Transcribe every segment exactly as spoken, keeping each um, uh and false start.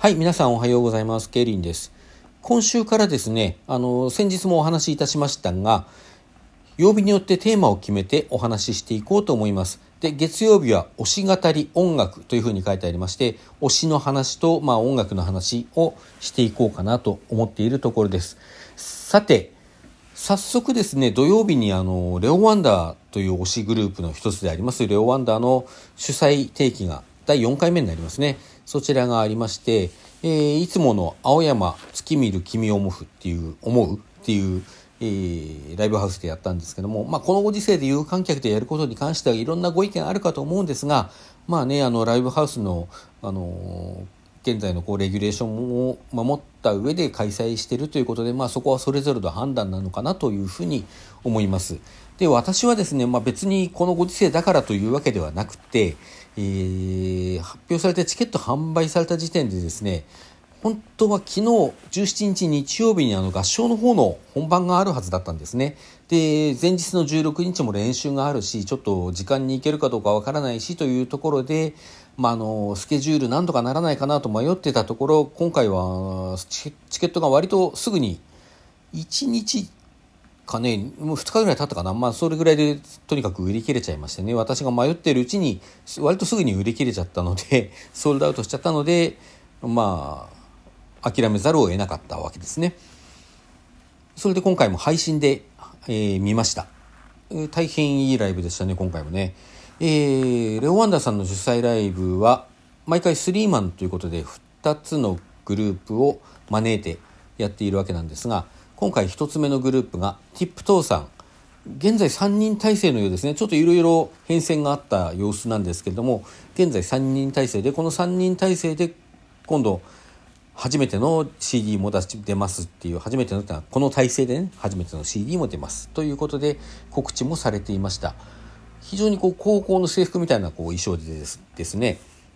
はい、皆さんおはようございます。ケイリンです。今週からですね、あの先日もお話しいたしましたが、曜日によってテーマを決めてお話ししていこうと思います。で、月曜日は推し語り音楽というふうに書いてありまして、推しの話と、まあ、音楽の話をしていこうかなと思っているところです。さて、早速ですね、土曜日にあのレオワンダーという推しグループの一つでありますレオワンダーの主催定期がだいよんかいめになりますね。そちらがありまして、えー、いつもの青山月見る君を思うっていう思うっていう、えー、ライブハウスでやったんですけども、まあ、このご時世で有観客でやることに関してはいろんなご意見あるかと思うんですが、まあね、あのライブハウスの、あのー、現在のこうレギュレーションを守った上で開催しているということで、まあ、そこはそれぞれの判断なのかなというふうに思います。で、私はですね、まあ、別にこのご時世だからというわけではなくて、えー、発表されてチケット販売された時点でですね、本当は昨日じゅうしちにち日曜日にあの合唱の方の本番があるはずだったんですね。で、前日のじゅうろくにちも練習があるし、ちょっと時間に行けるかどうかわからないしというところで、まあ、あのスケジュール何とかならないかなと迷ってたところ、今回はチケットが割とすぐにいちにちかね、もうふつかぐらい経ったかな、まあ、それぐらいでとにかく売り切れちゃいましてね、私が迷っているうちに割とすぐに売り切れちゃったのでソールドアウトしちゃったので、まあ諦めざるを得なかったわけですね。それで今回も配信で、えー、見ました。大変いいライブでしたね、今回もね。えー、レオワンダーさんの主催ライブは毎回スリーマンということでふたつのグループを招いてやっているわけなんですが、今回ひとつめのグループがティップトーさん、現在さんにん体制のようですね。ちょっといろいろ変遷があった様子なんですけれども、現在さんにん体制で、このさんにん体制で今度初めての シーディー も出ますっていう、初めてのこの体制でね、初めての シーディー も出ますということで告知もされていました。非常にこう高校の制服みたいなこう衣装でですですね、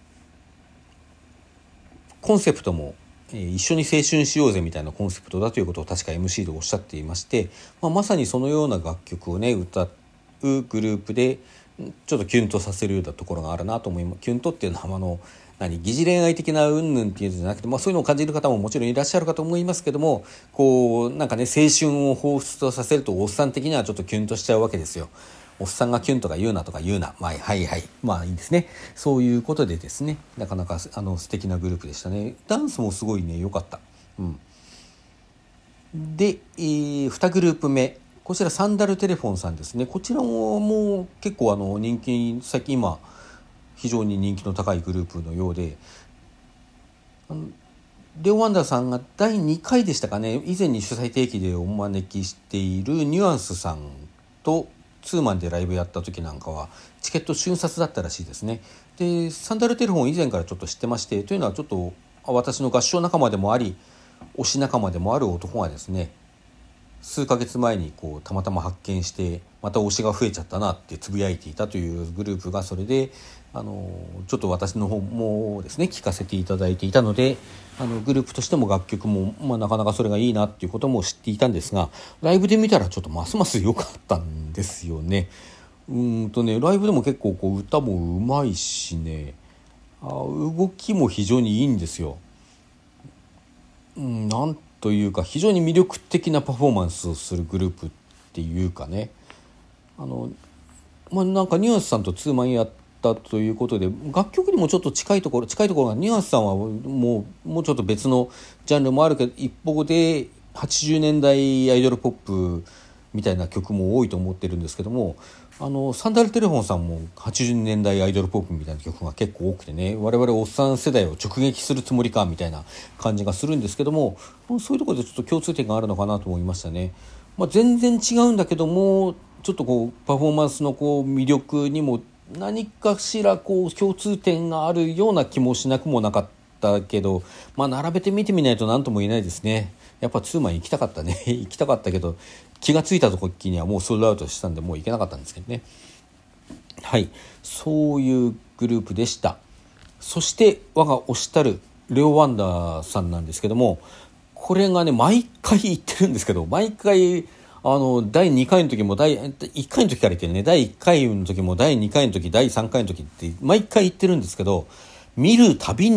コンセプトも一緒に青春しようぜみたいなコンセプトだということを確か エムシー でおっしゃっていまして、まあ、まさにそのような楽曲をね歌うグループでちょっとキュンとさせるようなところがあるなと思います。キュンとっていうのはあの何疑似恋愛的な云々っていうんじゃなくて、まあ、そういうのを感じる方ももちろんいらっしゃるかと思いますけども、こうなんかね青春を彷彿とさせるとおっさん的にはちょっとキュンとしちゃうわけですよ。おっさんがキュンとか言うなとか言うな、まあ、はいはい、まあいいですね。そういうことでですね、なかなかあの素敵なグループでしたね。ダンスもすごいね良かった。うん、で、えー、にグループ目、こちらサンダルテレフォンさんですね。こちらももう結構あの人気、最近今非常に人気の高いグループのようで、あのレオワンダーさんがだいにかいでしたかね、以前に主催定期でお招きしているニュアンスさんとツーマンでライブやった時なんかはチケット瞬殺だったらしいですね。で、サンダルテレフォン以前からちょっと知ってまして、というのはちょっと私の合唱仲間でもあり推し仲間でもある男がですね、数ヶ月前にこうたまたま発見してまた推しが増えちゃったなってつぶやいていたというグループが、それであのちょっと私の方もですね聞かせていただいていたので、あのグループとしても楽曲も、まあ、なかなかそれがいいなっていうことも知っていたんですが、ライブで見たらちょっとますます良かったんですよね。うーんとねライブでも結構こう歌もうまいしね、あ動きも非常にいいんですよ。うん、なんというか非常に魅力的なパフォーマンスをするグループっていうかね、あの、まあ、なんかニュアンスさんとツーマンやったということで楽曲にもちょっと近いところ近いところが、ニュアンスさんはもうもうちょっと別のジャンルもあるけど、一方ではちじゅうねんだいアイドルポップみたいな曲も多いと思ってるんですけども、あのサンダルテレフォンさんもはちじゅうねんだいアイドルポップみたいな曲が結構多くてね、我々おっさん世代を直撃するつもりかみたいな感じがするんですけども、そういうところでちょっと共通点があるのかなと思いましたね。まあ、全然違うんだけどもちょっとこうパフォーマンスのこう魅力にも何かしらこう共通点があるような気もしなくもなかったけど、まあ並べて見てみないと何とも言えないですね。やっぱツーマン行きたかったね行きたかったけど気がついた時にはもうソールドアウトしたんでもう行けなかったんですけどね。はい、そういうグループでした。そして我が推したるレオワンダーさんなんですけども、これがね毎回言ってるんですけど、毎回あのだいにかいの時もだいいっかいの時から言ってるね、だいいっかいの時もだいにかいの時だいさんかいの時って毎回言ってるんですけど、見るたびに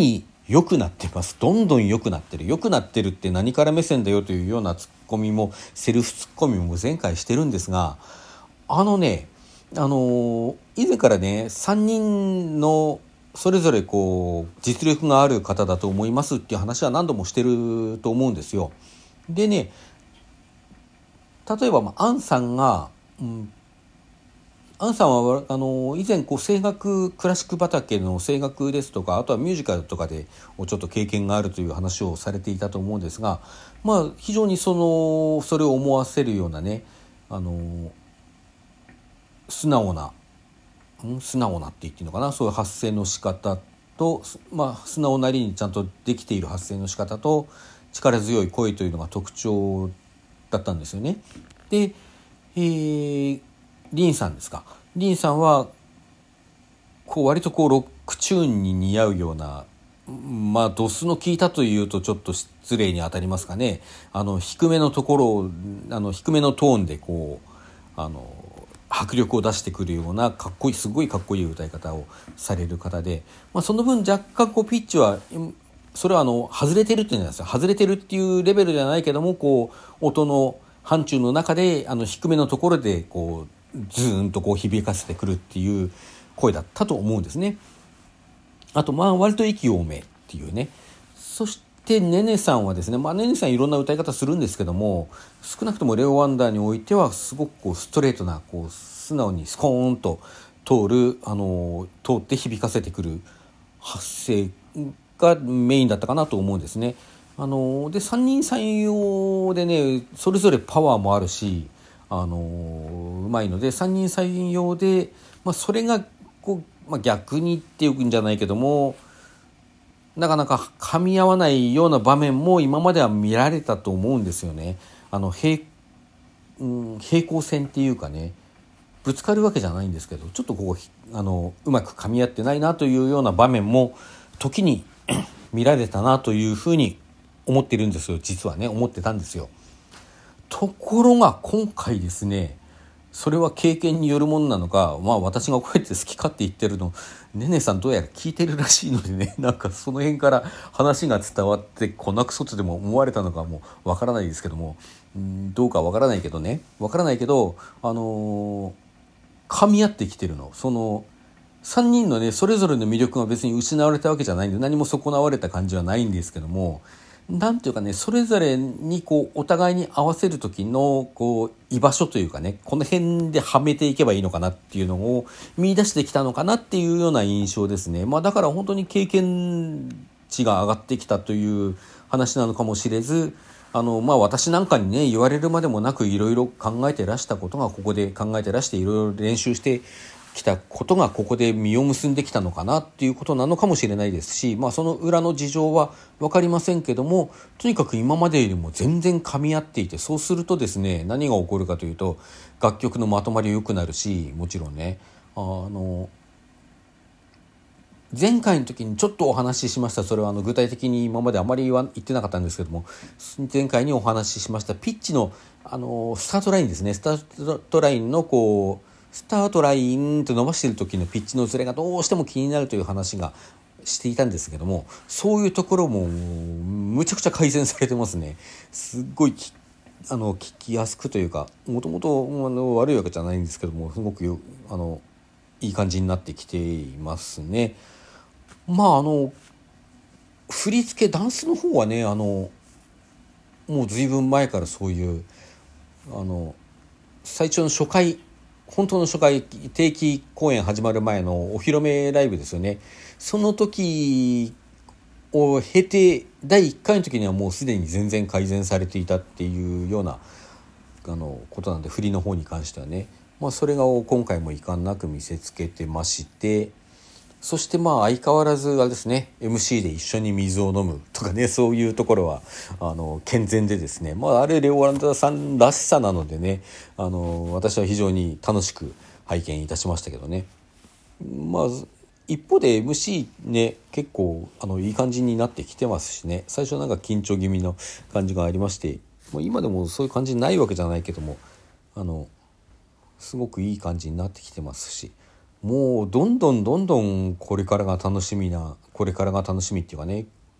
良くなってます。どんどん良くなってる。良くなってるって何から目線だよというようなツッコミもセルフツッコミも前回してるんですが、あのねあの以前からねさんにんのそれぞれこう実力がある方だと思いますっていう話は何度もしてると思うんですよ。でね、例えば、まあ、アンさんが、うん、アンさんはあの以前こう声楽クラシック畑の声楽ですとか、あとはミュージカルとかでちょっと経験があるという話をされていたと思うんですが、まあ非常にそのそれを思わせるようなね、あの素直な、ん素直なって言っていいのかな、そういう発声の仕方と、まあ、素直なりにちゃんとできている発声の仕方と力強い声というのが特徴だったんですよね。で、えー、リンさんですか。リンさんはこう割とこうロックチューンに似合うような、まあドスの効いたというとちょっと失礼に当たりますかね。あの低めのところをあの低めのトーンでこうあの迫力を出してくるようなかっこいいすごいかっこいい歌い方をされる方で、まあ、その分若干こうピッチはそれはあの外れてるっていうんですよ。外れてるっていうレベルじゃないけども、こう音の範疇の中であの低めのところでこうズーンとこう響かせてくるっていう声だったと思うんですね。あとまあ割と息多めっていうね。そしてねねさんはですね、まあねねさんいろんな歌い方するんですけども、少なくともレオ・ワンダーにおいてはすごくこうストレートなこう素直にスコーンと通るあの通って響かせてくる発声がメインだったかなと思うんですね。あのでさんにんさん用でねそれぞれパワーもあるし、あのうまいのでさんにんさん用で、まあ、それがこう、まあ、逆にっていうんじゃないけどもなかなか噛み合わないような場面も今までは見られたと思うんですよね。あの 平,、うん、平行線っていうかね、ぶつかるわけじゃないんですけど、ちょっとこうあのうまく噛み合ってないなというような場面も時に見られたなというふうに思ってるんですよ。実はね思ってたんですよ。ところが今回ですね、それは経験によるものなのか、まあ私がこうやって好き勝手言ってるのねねさんどうやら聞いてるらしいのでね、なんかその辺から話が伝わってこなくそとでも思われたのかもわからないですけども、んどうかわからないけどねわからないけどあのー、噛み合ってきてるの。そのさんにんのねそれぞれの魅力が別に失われたわけじゃないんで、何も損なわれた感じはないんですけども、なんていうかね、それぞれにこうお互いに合わせる時のこう居場所というかね、この辺ではめていけばいいのかなっていうのを見出してきたのかなっていうような印象ですね。まあだから本当に経験値が上がってきたという話なのかもしれず、あのまあ私なんかにね言われるまでもなくいろいろ考えてらしたことがここで考えてらしていろいろ練習してきたことがここで実を結んできたのかなっていうことなのかもしれないですし、まあその裏の事情は分かりませんけども、とにかく今までよりも全然噛み合っていて、そうするとですね何が起こるかというと楽曲のまとまり良くなるし、もちろんねあの前回の時にちょっとお話ししました。それはあの具体的に今まであまり言わ言ってなかったんですけども、前回にお話ししましたピッチのあのスタートラインですね。スタートラインのこうスタートラインと伸ばしている時のピッチのズレがどうしても気になるという話がしていたんですけども、そういうところもむちゃくちゃ改善されてますね。すっごいあの聞きやすくというか、もともと悪いわけじゃないんですけども、すごくあのいい感じになってきていますね。まああの振り付けダンスの方はね、あのもう随分前からそういうあの最初の初回本当の初回定期公演始まる前のお披露目ライブですよね。その時を経てだいいっかいの時にはもうすでに全然改善されていたっていうようなあのことなんで、振りの方に関してはね、まあ、それが今回も遺憾なく見せつけてまして、そしてまあ相変わらずあれですね、 エムシー で一緒に水を飲むとかね、そういうところはあの健全でですね、まああれレオ・ワンダーさんらしさなのでね、あの私は非常に楽しく拝見いたしましたけどね。まあ一方で エムシー ね結構あのいい感じになってきてますしね、最初なんか緊張気味の感じがありまして、もう今でもそういう感じないわけじゃないけども、あのすごくいい感じになってきてますし、もうどんどんどんどんこれからが楽しみなこれからが楽しみっていうかね、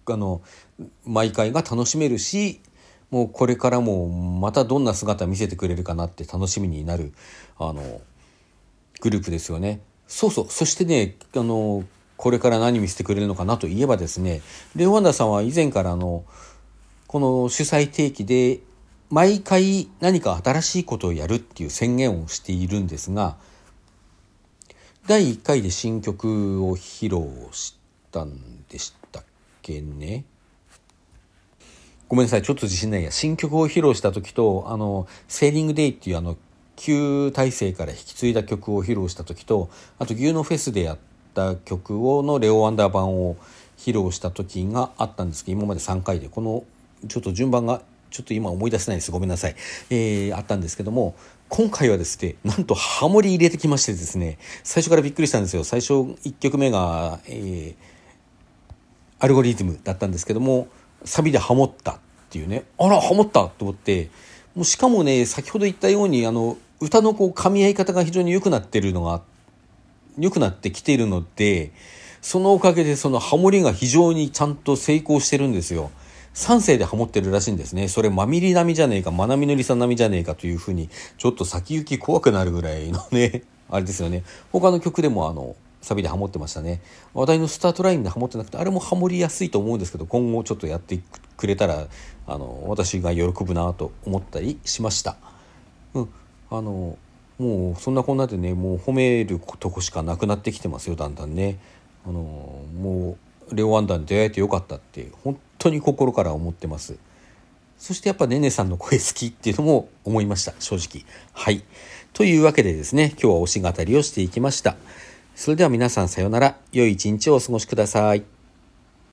あの毎回が楽しめるし、もうこれからもまたどんな姿見せてくれるかなって楽しみになるあのグループですよね。そうそう。そしてね、あのこれから何見せてくれるのかなといえばですね、レオワンダーさんは以前からあのこの主催定期で毎回何か新しいことをやるっていう宣言をしているんですが、だいいっかいで新曲を披露したんでしたっけね。ごめんなさい、ちょっと自信ないや。新曲を披露した時と、あのセーリングデイっていうあの旧体制から引き継いだ曲を披露した時と、あと牛のフェスでやった曲をのレオワンダー版を披露した時があったんですけど、今までさんかいでこのちょっと順番がちょっと今思い出せないです。ごめんなさい。えー、あったんですけども、今回はですね、なんとハモリ入れてきましてですね、最初からびっくりしたんですよ。最初いっきょくめが、えー、アルゴリズムだったんですけども、サビでハモったっていうね、あらハモったと思って、もうしかもね、先ほど言ったようにあの歌のこう噛み合い方が非常に良くなってるのが良くなってきているので、そのおかげでそのハモリが非常にちゃんと成功してるんですよ。さんせいでハモってるらしいんですね。それマミリ並みじゃねえか、マナミノリさん並みじゃねえかというふうに、ちょっと先行き怖くなるぐらいのねあれですよね。他の曲でもあのサビでハモってましたね。話題のスタートラインでハモってなくて、あれもハモりやすいと思うんですけど、今後ちょっとやってくれたらあの私が喜ぶなと思ったりしました。うん、あのもうそんなこんなでね、もう褒めるとこしかなくなってきてますよ、だんだんね。あのもうレオワンダーに出会えてよかったって本当に心から思ってます。そしてやっぱねねさんの声好きっていうのも思いました、正直。はい。というわけでですね、今日は推し語りをしていきました。それでは皆さんさようなら。良い一日をお過ごしください。